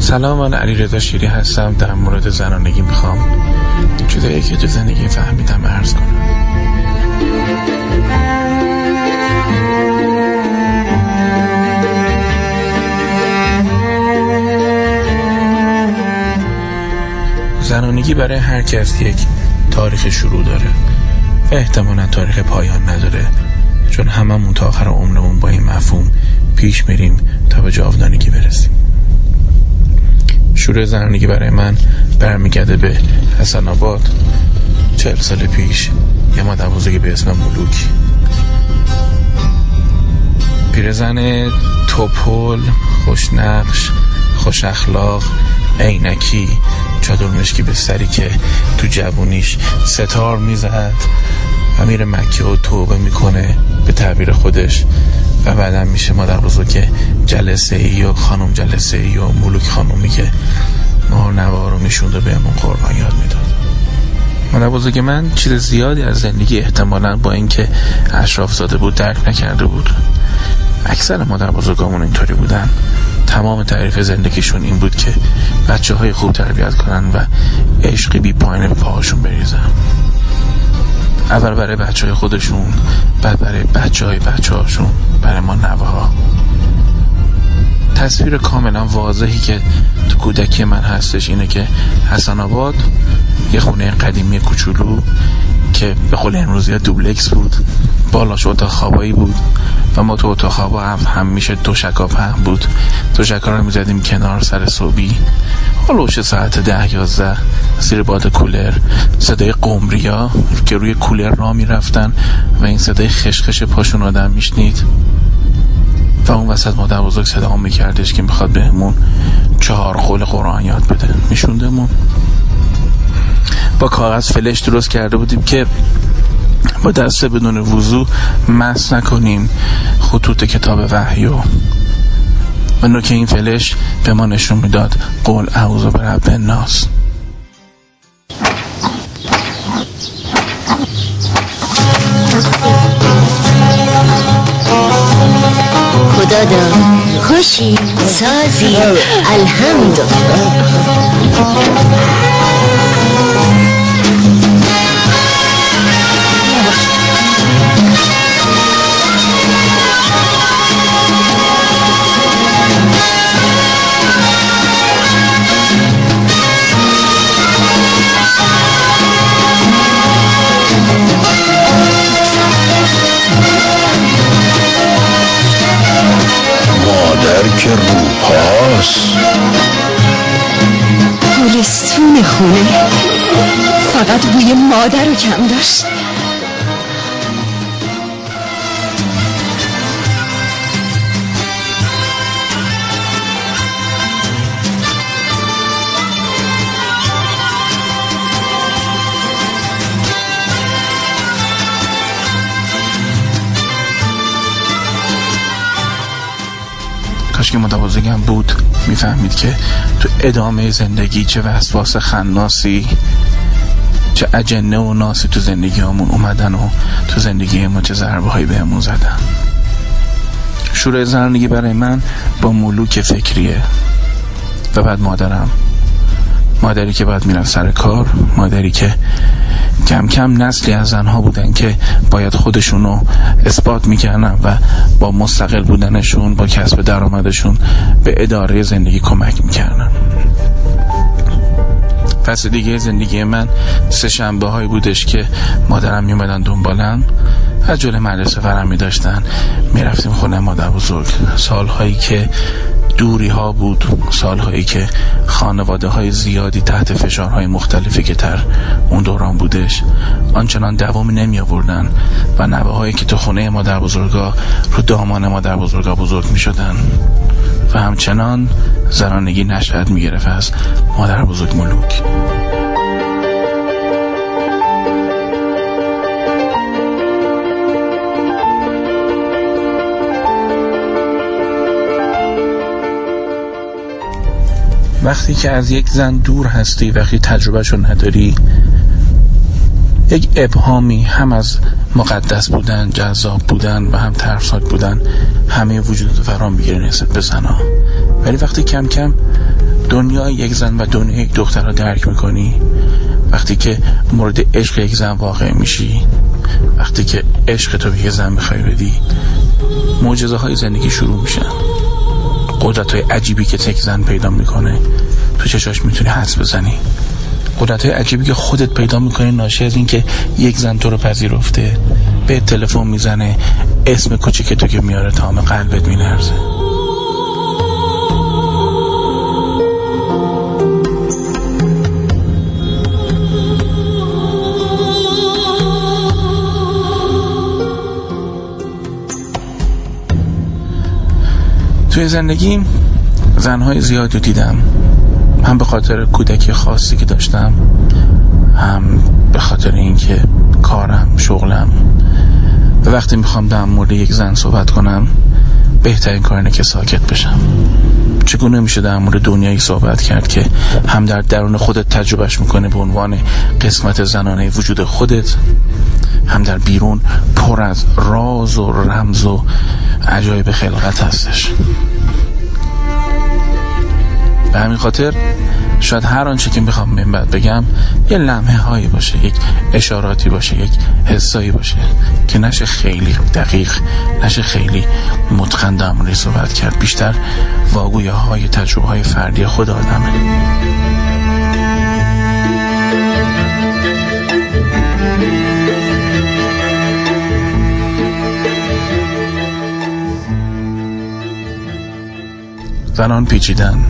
سلام، من علیرضا شیری هستم. در مورد زنانگی میخوام چیزایی که تو زندگی فهمیدم عرض کنم. زنانگی برای هر کس یک تاریخ شروع داره و احتمالاً تاریخ پایان نداره، چون هممون تا آخر عمرمون با این مفهوم پیش میریم تا به جاودانگی برسیم. شروع زنانگی برای من برمیگرده به حسن آباد 40 سال پیش. یه مادر بزرگی به اسم ملوک، پیرزن توپل، خوشنقش، خوش اخلاق، عینکی، چادر مشکی به سری که تو جوونیش ستار میزد و میره مکه و توبه میکنه به تعبیر خودش و بعدم میشه مادر بزرگ جلسه ای و خانم جلسه ای و ملوک خانومی که مهر نوا رو میشوند و بهمون قربان یاد میداد. مادر بزرگ من چیز زیادی از زندگی احتمالاً با اینکه اشراف زاده بود درک نکرده بود. اکثر مادر بزرگامون اینطوری بودن. تمام تعریف زندگیشون این بود که بچه های خوب تربیت کنن و عشقی بی پایانه به پاهاشون بریزن. اول برای بچه های خودشون، بعد برای بچه های بچه هاشون، برای ما نوه ها. تصویر کاملا واضحی که تو کودکی من هستش اینه که حسن آباد یه خونه قدیمی کوچولو که به قول امروزی دوبلکس بود، بالاش اتاق خوابایی بود و ما تو اتاق خوابا هم میشه دوشکا پهن بود. دوشکا رو میزدیم کنار سر صبحی، حالوش ساعت 10-11 زیر باد کولر، صدای قمریا که روی کولر راه میرفتن و این صدای خشخش پاشون آدم میشنید و اون وسط مادر بزرگ صدا هم میکردش که میخواد بهمون 4 قول قرآن یاد بده. میشوندمون. با کاغذ فلش درست کرده بودیم که با دسته بدون وضو مس نکنیم خطوط کتاب وحی و نوک این فلش به ما نشون میداد قول اعوذ برب الناس. خدا داد خوشی سازی الحمدلله. مادر که روحاست، گلستون خونه فقط بوی مادر رو کم داشت. کاش که مادر بزرگم بود میفهمید که تو ادامه زندگی چه وسواس خناسی، چه اجنه و ناسی تو زندگی همون اومدن و تو زندگی ما چه ضربه هایی بهمون زدن. شروع زنانگی برای من با ملوک فکریه و بعد مادری که بعد میرفت سر کار، مادری که کم کم نسلی از زنها بودن که باید خودشونو اثبات میکردن و با مستقل بودنشون، با کسب درآمدشون به اداره زندگی کمک میکردن. فصل دیگه زندگی من 3 شنبه هایی بودش که مادرم میومدن دنبالم، از جلوی مدرسه ورم میداشتن، میرفتیم خونه مادر بزرگ. سالهایی که دوری ها بود، سالهایی که خانواده های زیادی تحت فشارهای مختلفی که در اون دوران بودش آنچنان دوامی نمی آوردن و نوه هایی که تو خونه مادر بزرگا رو دامان مادر بزرگا بزرگ می شدن و همچنان زنانگی نشأت می گرفت از مادر بزرگ ملوک. وقتی که از یک زن دور هستی، وقتی تجربهشو نداری، یک ابهامی هم از مقدس بودن، جذاب بودن و هم ترسناک بودن همه وجودت فرام میگیره نسبت به زنها. ولی وقتی کم کم دنیای یک زن و دنیای یک دختر رو درک میکنی، وقتی که مورد عشق یک زن واقع میشی، وقتی که عشق تو به یک زن میخوای بدی، معجزه های زندگی شروع میشن. قدرت های عجیبی که تک زن پیدا میکنه تو چشاش میتونی حدس بزنی. قدرت های عجیبی که خودت پیدا میکنی ناشی از این که یک زن تو رو پذیرفته، به تلفن میزنه، اسم کوچیک تو که میاره تمام قلبت میلرزه. توی زندگیم زنهای زیاد رو دیدم، هم به خاطر کودکی خاصی که داشتم، هم به خاطر اینکه کارم، شغلم، و وقتی میخوام در مورد یک زن صحبت کنم بهترین کار اینه که ساکت بشم. چگونه میشه در مورد دنیایی صحبت کرد که هم در درون خودت تجربهش میکنه به عنوان قسمت زنانه وجود خودت، هم در بیرون پر از راز و رمز و عجایب خلقت هستش. به همین خاطر شاید هر آنچه که میخوام من بعد بگم یه لمحه هایی باشه، یک اشاراتی باشه، یک حسایی باشه که نشه خیلی دقیق، نشه خیلی متقن در موردش صحبت کرد، بیشتر واگویه های تجربه های فردی خود آدمه. زنان پیچیدن،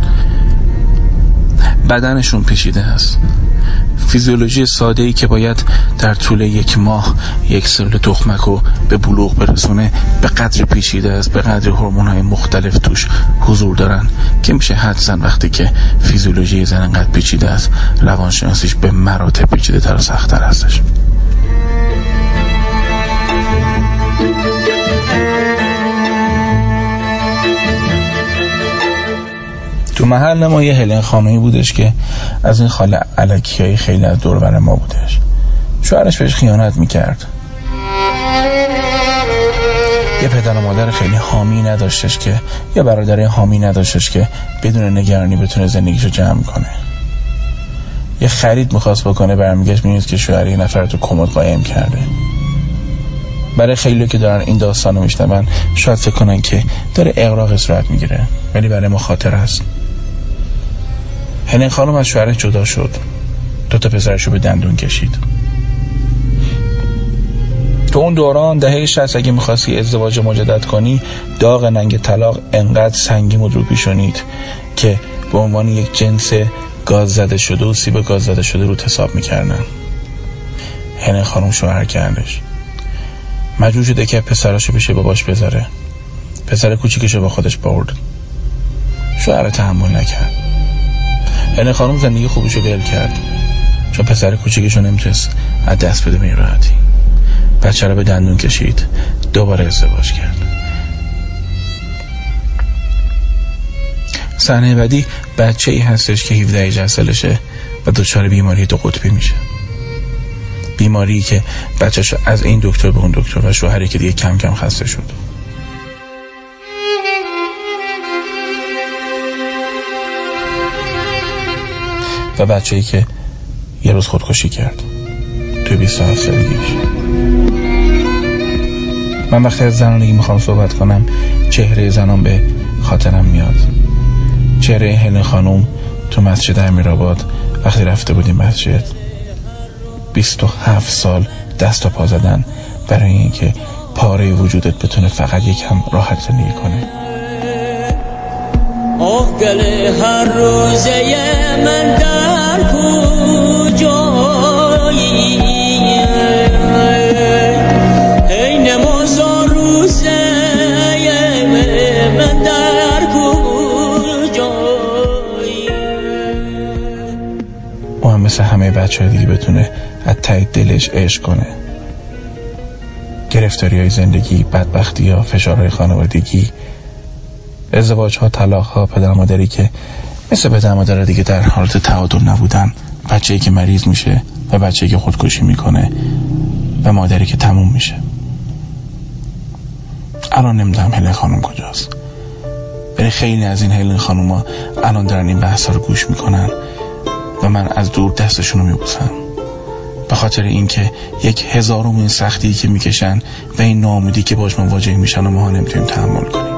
بدنشون پیچیده است. فیزیولوژی ساده‌ای که باید در طول یک ماه یک سل تخمک رو به بلوغ برسونه به قدر پیچیده است، به قدر هورمون‌های مختلف توش حضور دارن که میشه حد زن وقتی که فیزیولوژی زن انقدر پیچیده است، روانشناسیش به مراتب پیچیده تر و سخت‌تر هستش. تو محل ما یه هلن خانومی بودش که از این خاله الکیای خیلی از دور و بر ما بودش. شوهرش بهش خیانت میکرد. یه پدر و مادر خیلی حامی نداشتش که، یه برادر حامی نداشتش که بدون نگرانی بتونه زندگیشو جمع کنه. یه خرید میخواست بکنه، برمیگشت می‌بینید که شوهر یه نفر تو کمد قایم کرده. برای خیلی که دارن این داستانو میشنون شاید فکر کنن که داره اغراق صورت میگیره، ولی برای ما خاطر است. هلن خانم از شوهرش جدا شد، 2 پسرشو به دندون کشید. تو اون دوران دهه 60 اگه میخواستی ازدواج مجدد کنی، داغ ننگ طلاق انقدر سنگین بود رو پیشونید که به عنوان یک جنس گاز زده شده و سیب گاز زده شده رو حساب میکردن. هلن خانم شوهر کردش، مجبور شده که پسراشو پیش باباش بذاره. پسر کوچیکشو با خودش برد. شوهر تحمل نکرد. هلن خانم زندگی خوبشو ول کرد چون پسر کوچیکشو نمیتونست از دست بده به این راحتی. بچه رو به دندون کشید، دوباره ازدواج کرد. صحنه بعدی بچه ای هستش که 17 سالشه و دچار بیماری 2 قطبی میشه. بیماری که بچه‌شو از این دکتر به اون دکتر و شوهری که دیگه کم کم خسته شد. و بچه‌ای که یه روز خودکشی کرد توی 27 سالگیش. من وقتی از زنانگی میخوام صحبت کنم چهره زنان به خاطرم میاد. چهره هلن خانوم تو مسجد امیرآباد وقتی رفته بودیم مسجد، 27 سال دست و پا زدن برای اینکه پاره وجودت بتونه فقط یکم راحت زندگی کنه. آه گله هر روزه من در کجایی، ای نماز روزه من در کجایی. او هم مثل همه بچه‌های دیگه بتونه از ته دلش عشق کنه. گرفتاری‌های زندگی، بدبختی‌ها، فشارهای خانوادگی، ازدواج‌ها، طلاق‌ها، پدر مادری که مثل پدر مادر دیگه در حالت تعادل نبودن، بچه‌ای که مریض میشه، و بچه‌ای که خودکشی میکنه و مادری که تموم میشه. الان نمیدونم هلن خانم کجاست، ولی خیلی از این هلن خانوما الان دارن این بحثا رو گوش میکنن و من از دور دستشون رو میبوسم، به خاطر اینکه 1000 این سختی که میکشن و این ناامیدی که باش مواجه میشن و ما نمیتونیم تحمل کنیم.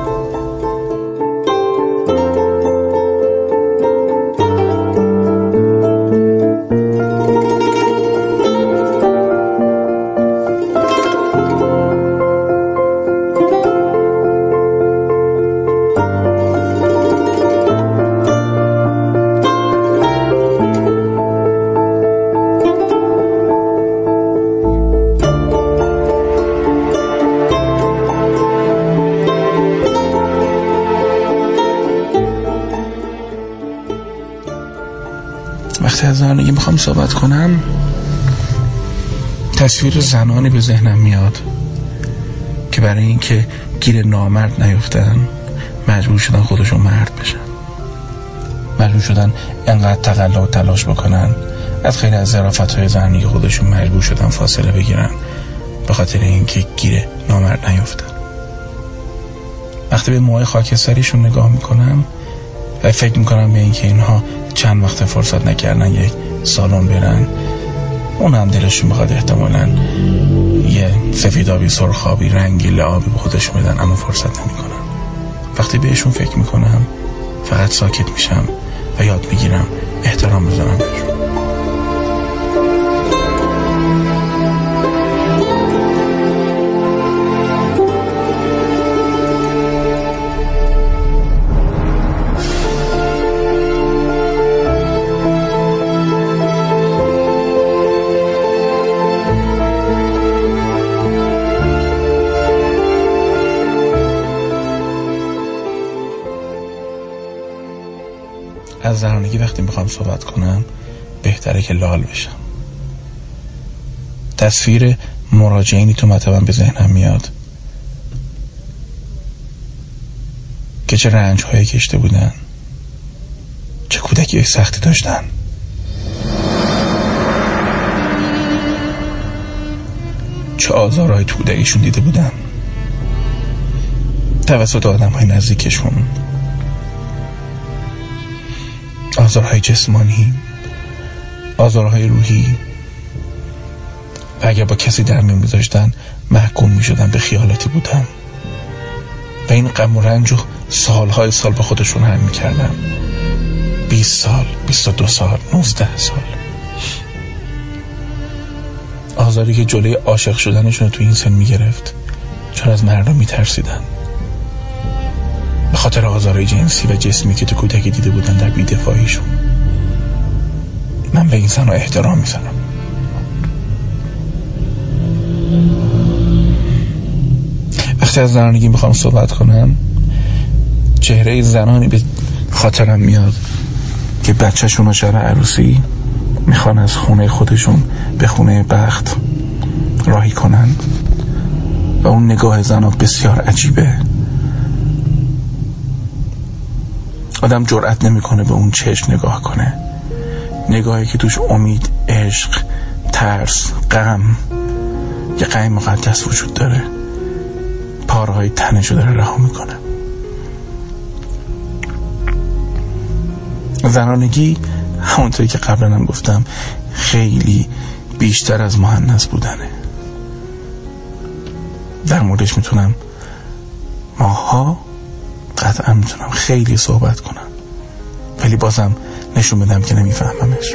وقتی از زنانگی میخوام صحبت کنم، تصویر زنانی به ذهنم میاد که برای اینکه گیر نامرد نیفتن مجبور شدن خودشون مرد بشن، مجبور شدن انقدر تقلا و تلاش بکنن، از خیلی از ظرافت‌های زنانی که خودشون مجبور شدن فاصله بگیرن به خاطر اینکه گیر نامرد نیفتن. وقتی به موهای خاکستریشون نگاه میکنم و فکر میکنم به اینکه اینها چند وقت فرصت نکردن یک سالن برن، اون هم دلشون بخواد احتمالاً یه سفیدابی سرخابی رنگی لعابی به خودشون بدن، اما فرصت نمیکنن. وقتی بهشون فکر میکنم فقط ساکت میشم و یاد میگیرم احترام بذارم بهشون. از زنانگی وقتی میخوام صحبت کنم بهتره که لال بشم. تصویر مراجعینی تو مطبم به ذهنم میاد که چه رنج‌هایی کشیده بودن، چه کودکی سختی داشتن، چه آزارهای تو کودکیشون دیده بودن توسط آدم‌های نزدیکشون، آزارهای جسمانی، آزارهای روحی، و اگر با کسی در میون می‌ذاشتن محکوم می‌شدن به خیالاتی بودن و این غم و رنج رو سالهای سال با خودشون حل می‌کردن. 20 سال، 22 سال، 19 سال. آزاری که جلوی عاشق شدنشون رو تو این سن می‌گرفت، چون از مردم می‌ترسیدن، به خاطر آزارهای جنسی و جسمی که تو کودکی دیده بودن در بی‌دفاعیشون. من به این زنها احترام میذارم. وقتی از زنانگی میخوام صحبت کنم، چهره زنانی به خاطرم میاد که بچه‌شون رو شب عروسی میخوان از خونه خودشون به خونه بخت راهی کنن و اون نگاه زنها بسیار عجیبه. آدم جرئت نمیکنه به اون چشم نگاه کنه، نگاهی که توش امید، عشق، ترس، غم، یه غم مقدس وجود داره، پارهای تنشو داره رها میکنه. زنانگی همونطوری که قبلا هم گفتم خیلی بیشتر از مؤنث بودنه. در موردش میتونم ماها قطعا میتونم خیلی صحبت کنم، ولی بازم نشون بدم که نمیفهممش.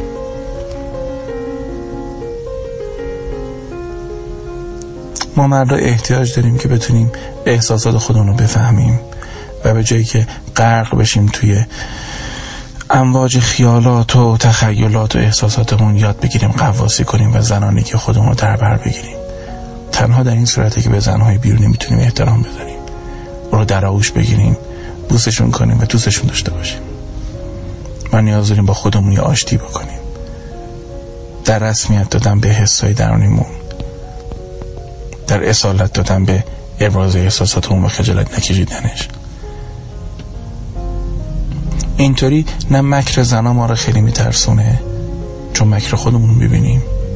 ما مردا احتیاج داریم که بتونیم احساسات خودمون رو بفهمیم و به جایی که غرق بشیم توی امواج خیالات و تخیلات و احساساتمون، یاد بگیریم غواصی کنیم و زنانی که خودمون رو در بر بگیریم. تنها در این صورته که به زنهای بیرونی میتونیم احترام بذاریم، او رو در آغوش بگیریم، بوسشون کنیم و دوستشون داشته باشیم. ما نیاز داریم با خودمون یه آشتی بکنیم، در رسمیت دادن به حسای درونیمون، در اصالت دادن به ابراز احساساتمون و خجالت نکشیدنش. اینطوری نه مکر زنا ما رو خیلی میترسونه، چون مکر خودمون میبینیم،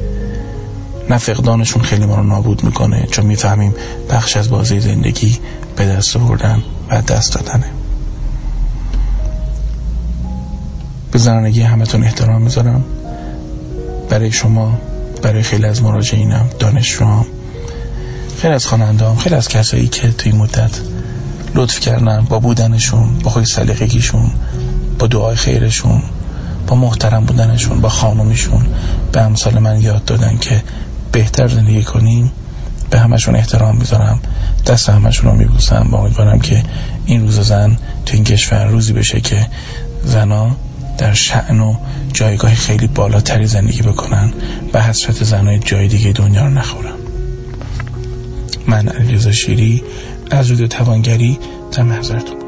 نه فقدانشون خیلی ما رو نابود میکنه، چون میفهمیم بخش از بازی زندگی به دست آوردن و دست دادنه. به زنانگی همتون احترام میذارم. برای شما، برای خیلی از مراجعینم، دانشجوام، خیلی از خواننده‌ام، خیلی از کسایی که توی مدت لطف کردن با بودنشون، با خود سلیقگیشون، با دعای خیرشون، با محترم بودنشون، با خانومیشون به امثال من یاد دادن که بهتر زندگی کنیم. به همشون احترام میذارم، دست همشون رو میبوسم. با امیدوارم که این روز زن تو این کشور روزی بشه که زنا در شأن و جایگاه خیلی بالاتری زندگی بکنن و حسرت زنای جای دیگه دنیا رو نخورن. من علیرضا شیری از رادیو توانگری در محضرتون.